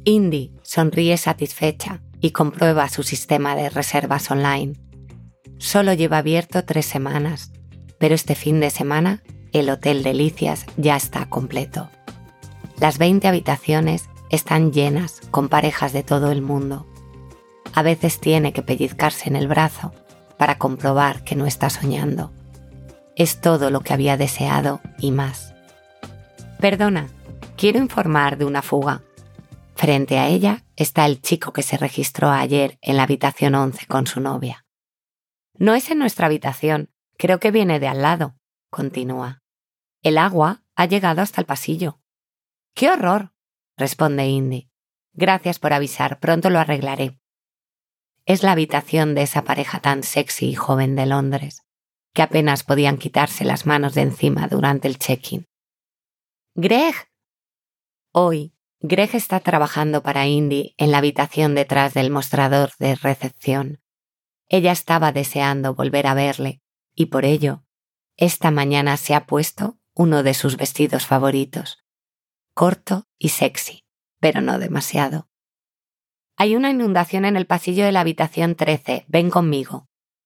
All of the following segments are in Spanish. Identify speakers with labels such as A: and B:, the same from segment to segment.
A: Indy sonríe satisfecha y comprueba su sistema de reservas online. Solo lleva abierto 3 semanas, pero este fin de semana el Hotel Delicias ya está completo. Las 20 habitaciones están llenas con parejas de todo el mundo. A veces tiene que pellizcarse en el brazo para comprobar que no está soñando. Es todo lo que había deseado y más. Perdona, quiero informar de una fuga. Frente a ella está el chico que se registró ayer en la habitación 11 con su novia. No es en nuestra habitación, creo que viene de al lado, continúa. El agua ha llegado hasta el pasillo. ¡Qué horror!, responde Indy. Gracias por avisar, pronto lo arreglaré. Es la habitación de esa pareja tan sexy y joven de Londres, que apenas podían quitarse las manos de encima durante el check-in. ¡Greg! Hoy, Greg está trabajando para Indy en la habitación detrás del mostrador de recepción. Ella estaba deseando volver a verle y por ello, esta mañana se ha puesto uno de sus vestidos favoritos. Corto y sexy, pero no demasiado. Hay una inundación en el pasillo de la habitación 13, ven conmigo.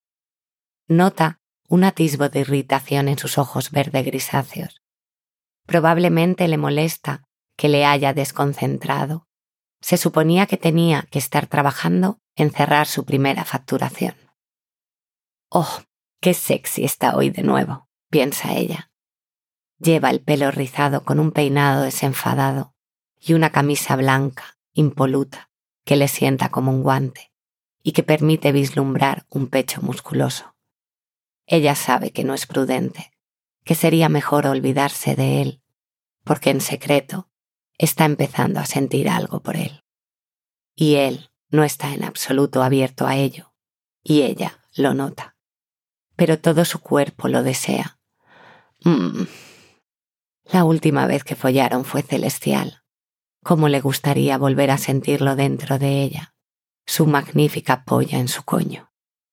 A: Nota un atisbo de irritación en sus ojos verde grisáceos. Probablemente le molesta que le haya desconcentrado. Se suponía que tenía que estar trabajando en cerrar su primera facturación. ¡Oh, qué sexy está hoy de nuevo!, piensa ella. Lleva el pelo rizado con un peinado desenfadado y una camisa blanca, impoluta, que le sienta como un guante y que permite vislumbrar un pecho musculoso. Ella sabe que no es prudente, que sería mejor olvidarse de él, porque en secreto está empezando a sentir algo por él. Y él no está en absoluto abierto a ello, y ella lo nota. Pero todo su cuerpo lo desea. La última vez que follaron fue celestial. Cómo le gustaría volver a sentirlo dentro de ella, su magnífica polla en su coño.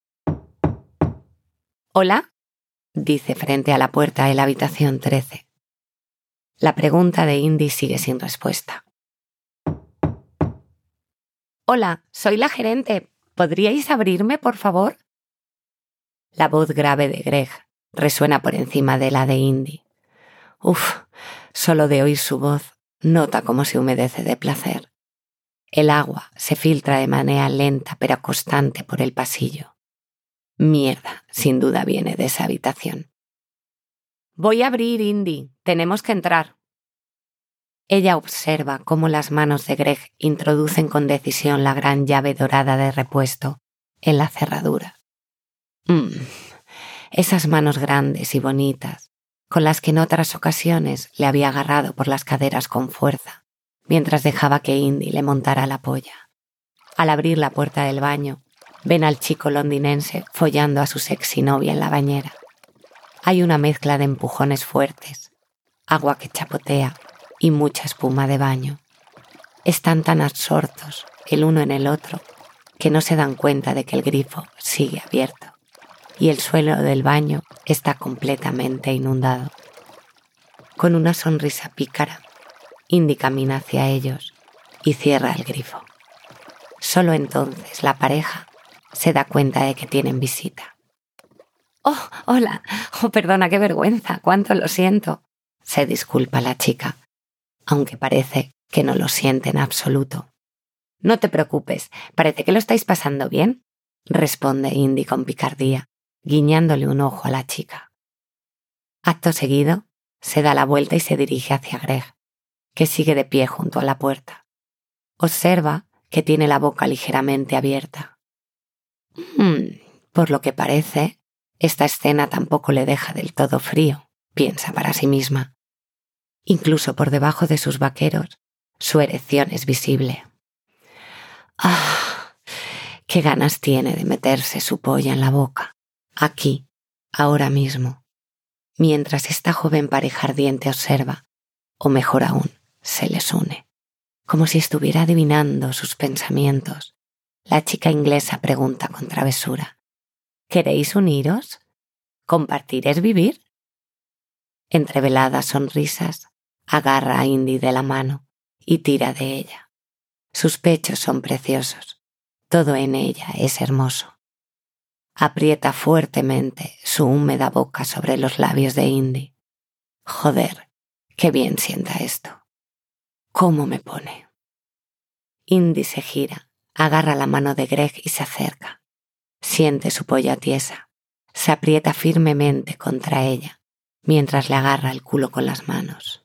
A: ¿Hola?, dice frente a la puerta de la habitación 13. La pregunta de Indy sigue sin respuesta. Hola, soy la gerente. ¿Podríais abrirme, por favor? La voz grave de Greg resuena por encima de la de Indy. Solo de oír su voz, nota cómo se humedece de placer. El agua se filtra de manera lenta pero constante por el pasillo. Mierda, sin duda viene de esa habitación. Voy a abrir, Indy. Tenemos que entrar. Ella observa cómo las manos de Greg introducen con decisión la gran llave dorada de repuesto en la cerradura. Esas manos grandes y bonitas, con las que en otras ocasiones le había agarrado por las caderas con fuerza, mientras dejaba que Indy le montara la polla. Al abrir la puerta del baño, ven al chico londinense follando a su sexy novia en la bañera. Hay una mezcla de empujones fuertes, agua que chapotea y mucha espuma de baño. Están tan absortos el uno en el otro que no se dan cuenta de que el grifo sigue abierto y el suelo del baño está completamente inundado. Con una sonrisa pícara, Indy camina hacia ellos y cierra el grifo. Solo entonces la pareja se da cuenta de que tienen visita. «Oh, hola. Perdona, qué vergüenza. Cuánto lo siento», se disculpa la chica, aunque parece que no lo siente en absoluto. «No te preocupes, parece que lo estáis pasando bien», responde Indy con picardía, guiñándole un ojo a la chica. Acto seguido, se da la vuelta y se dirige hacia Greg, que sigue de pie junto a la puerta. Observa que tiene la boca ligeramente abierta. Por lo que parece, esta escena tampoco le deja del todo frío, piensa para sí misma. Incluso por debajo de sus vaqueros, su erección es visible. ¡Qué ganas tiene de meterse su polla en la boca! Aquí, ahora mismo, mientras esta joven pareja ardiente observa, o mejor aún, se les une. Como si estuviera adivinando sus pensamientos, la chica inglesa pregunta con travesura: ¿Queréis uniros? ¿Compartir es vivir? Entre veladas sonrisas, agarra a Indy de la mano y tira de ella. Sus pechos son preciosos. Todo en ella es hermoso. Aprieta fuertemente su húmeda boca sobre los labios de Indy. Joder, qué bien sienta esto. ¿Cómo me pone? Indy se gira, agarra la mano de Greg y se acerca. Siente su polla tiesa. Se aprieta firmemente contra ella, mientras le agarra el culo con las manos.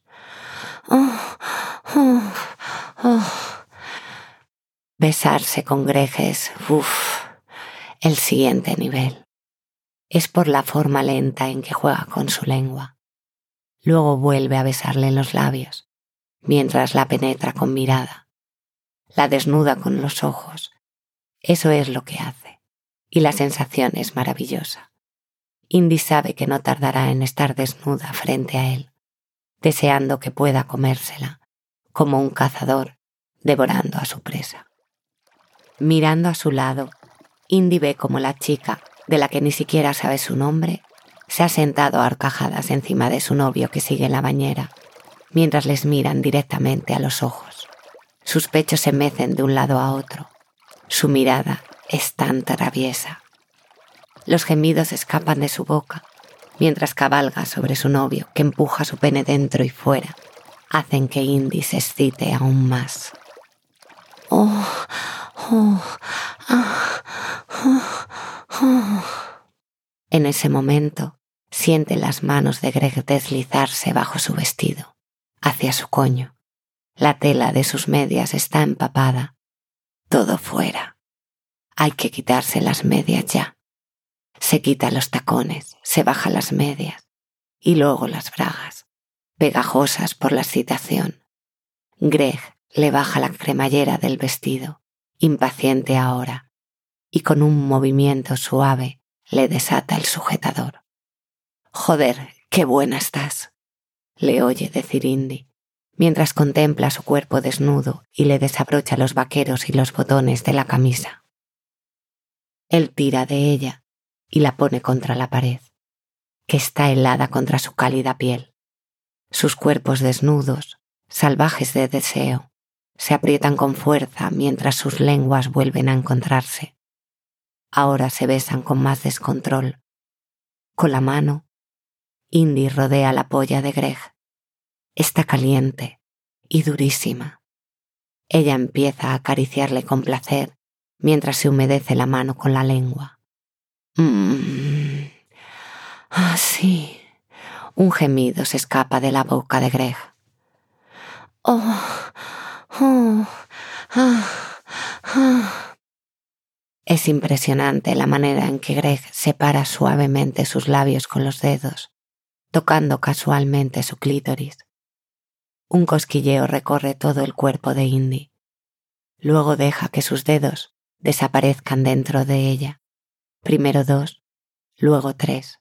A: Besarse con Greg es, el siguiente nivel. Es por la forma lenta en que juega con su lengua. Luego vuelve a besarle en los labios, mientras la penetra con mirada. La desnuda con los ojos. Eso es lo que hace, y la sensación es maravillosa. Indy sabe que no tardará en estar desnuda frente a él, deseando que pueda comérsela, como un cazador devorando a su presa. Mirando a su lado, Indy ve como la chica, de la que ni siquiera sabe su nombre, se ha sentado a horcajadas encima de su novio que sigue en la bañera, mientras les miran directamente a los ojos. Sus pechos se mecen de un lado a otro. Su mirada es tan traviesa. Los gemidos escapan de su boca, mientras cabalga sobre su novio, que empuja su pene dentro y fuera. Hacen que Indy se excite aún más. En ese momento, siente las manos de Greg deslizarse bajo su vestido, hacia su coño. La tela de sus medias está empapada. Todo fuera. Hay que quitarse las medias ya. Se quita los tacones, se baja las medias y luego las bragas, pegajosas por la excitación. Greg le baja la cremallera del vestido, impaciente ahora, y con un movimiento suave le desata el sujetador. «Joder, qué buena estás», le oye decir Indy, mientras contempla su cuerpo desnudo y le desabrocha los vaqueros y los botones de la camisa. Él tira de ella y la pone contra la pared, que está helada contra su cálida piel. Sus cuerpos desnudos, salvajes de deseo, se aprietan con fuerza mientras sus lenguas vuelven a encontrarse. Ahora se besan con más descontrol. Con la mano, Indy rodea la polla de Greg. Está caliente y durísima. Ella empieza a acariciarle con placer mientras se humedece la mano con la lengua. Sí. Un gemido se escapa de la boca de Greg. Es impresionante la manera en que Greg separa suavemente sus labios con los dedos, tocando casualmente su clítoris. Un cosquilleo recorre todo el cuerpo de Indy. Luego deja que sus dedos desaparezcan dentro de ella. Primero 2, luego 3.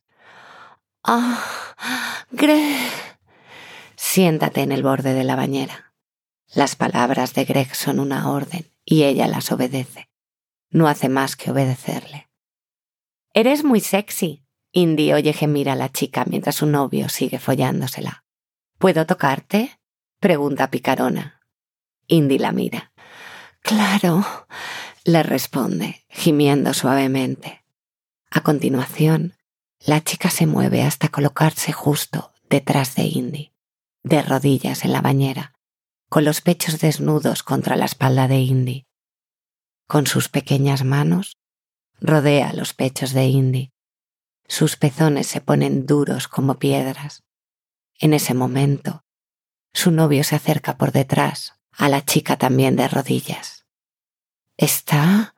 A: Greg. Siéntate en el borde de la bañera. Las palabras de Greg son una orden y ella las obedece. No hace más que obedecerle. Eres muy sexy. Indy oye gemir a la chica mientras su novio sigue follándosela. ¿Puedo tocarte?, pregunta picarona. Indy la mira. Claro, le responde, gimiendo suavemente. A continuación, la chica se mueve hasta colocarse justo detrás de Indy, de rodillas en la bañera, con los pechos desnudos contra la espalda de Indy. Con sus pequeñas manos, rodea los pechos de Indy. Sus pezones se ponen duros como piedras. En ese momento, su novio se acerca por detrás a la chica también de rodillas. ¿Está?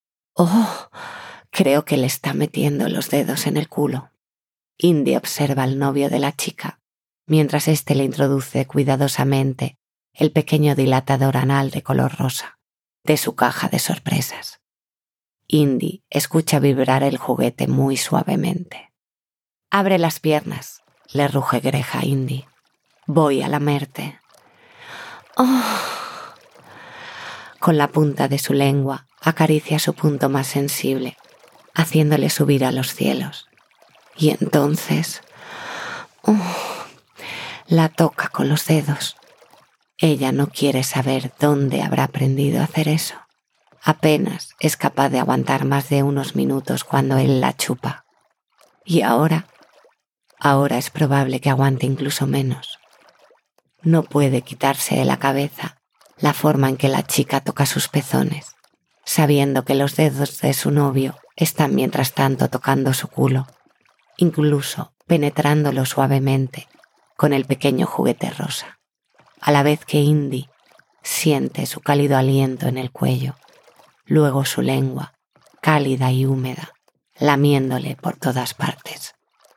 A: Creo que le está metiendo los dedos en el culo. Indy observa al novio de la chica, mientras éste le introduce cuidadosamente el pequeño dilatador anal de color rosa de su caja de sorpresas. Indy escucha vibrar el juguete muy suavemente. «Abre las piernas», le ruge Greg a Indy. «Voy a lamerte». Con la punta de su lengua acaricia su punto más sensible, haciéndole subir a los cielos. Y entonces la toca con los dedos. Ella no quiere saber dónde habrá aprendido a hacer eso. Apenas es capaz de aguantar más de unos minutos cuando él la chupa. Y ahora es probable que aguante incluso menos. No puede quitarse de la cabeza la forma en que la chica toca sus pezones, sabiendo que los dedos de su novio están mientras tanto tocando su culo, incluso penetrándolo suavemente con el pequeño juguete rosa, a la vez que Indy siente su cálido aliento en el cuello, luego su lengua, cálida y húmeda, lamiéndole por todas partes.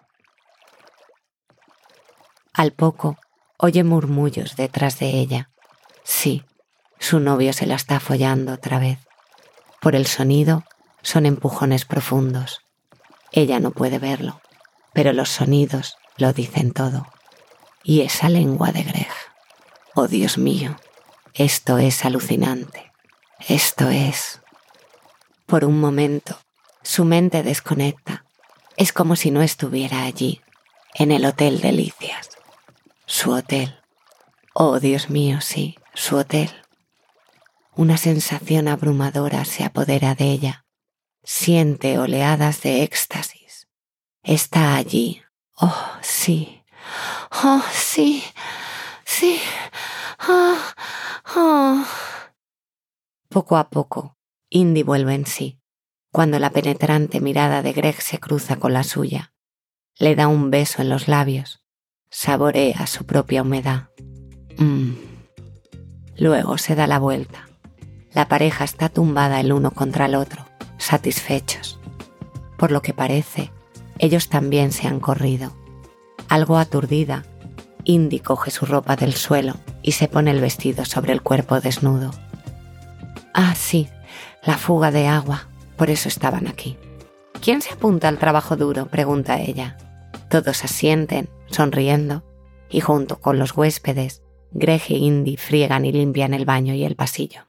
A: Al poco, oye murmullos detrás de ella. Sí, su novio se la está follando otra vez. Por el sonido, son empujones profundos. Ella no puede verlo, pero los sonidos lo dicen todo. Y esa lengua de Greg. Oh, Dios mío, esto es alucinante. Esto es... Por un momento, su mente desconecta. Es como si no estuviera allí, en el Hotel Delicias. Su hotel. Oh, Dios mío, sí, su hotel. Una sensación abrumadora se apodera de ella. Siente oleadas de éxtasis. Está allí. Oh, sí. Oh, sí. Sí. Oh, oh. Poco a poco, Indy vuelve en sí, cuando la penetrante mirada de Greg se cruza con la suya. Le da un beso en los labios. Saborea su propia humedad. Luego se da la vuelta. La pareja está tumbada el uno contra el otro, satisfechos. Por lo que parece, ellos también se han corrido. Algo aturdida, Indy coge su ropa del suelo y se pone el vestido sobre el cuerpo desnudo. Ah, sí, la fuga de agua, por eso estaban aquí. ¿Quién se apunta al trabajo duro?, pregunta ella. Todos asienten, sonriendo, y junto con los huéspedes, Greg y Indy friegan y limpian el baño y el pasillo.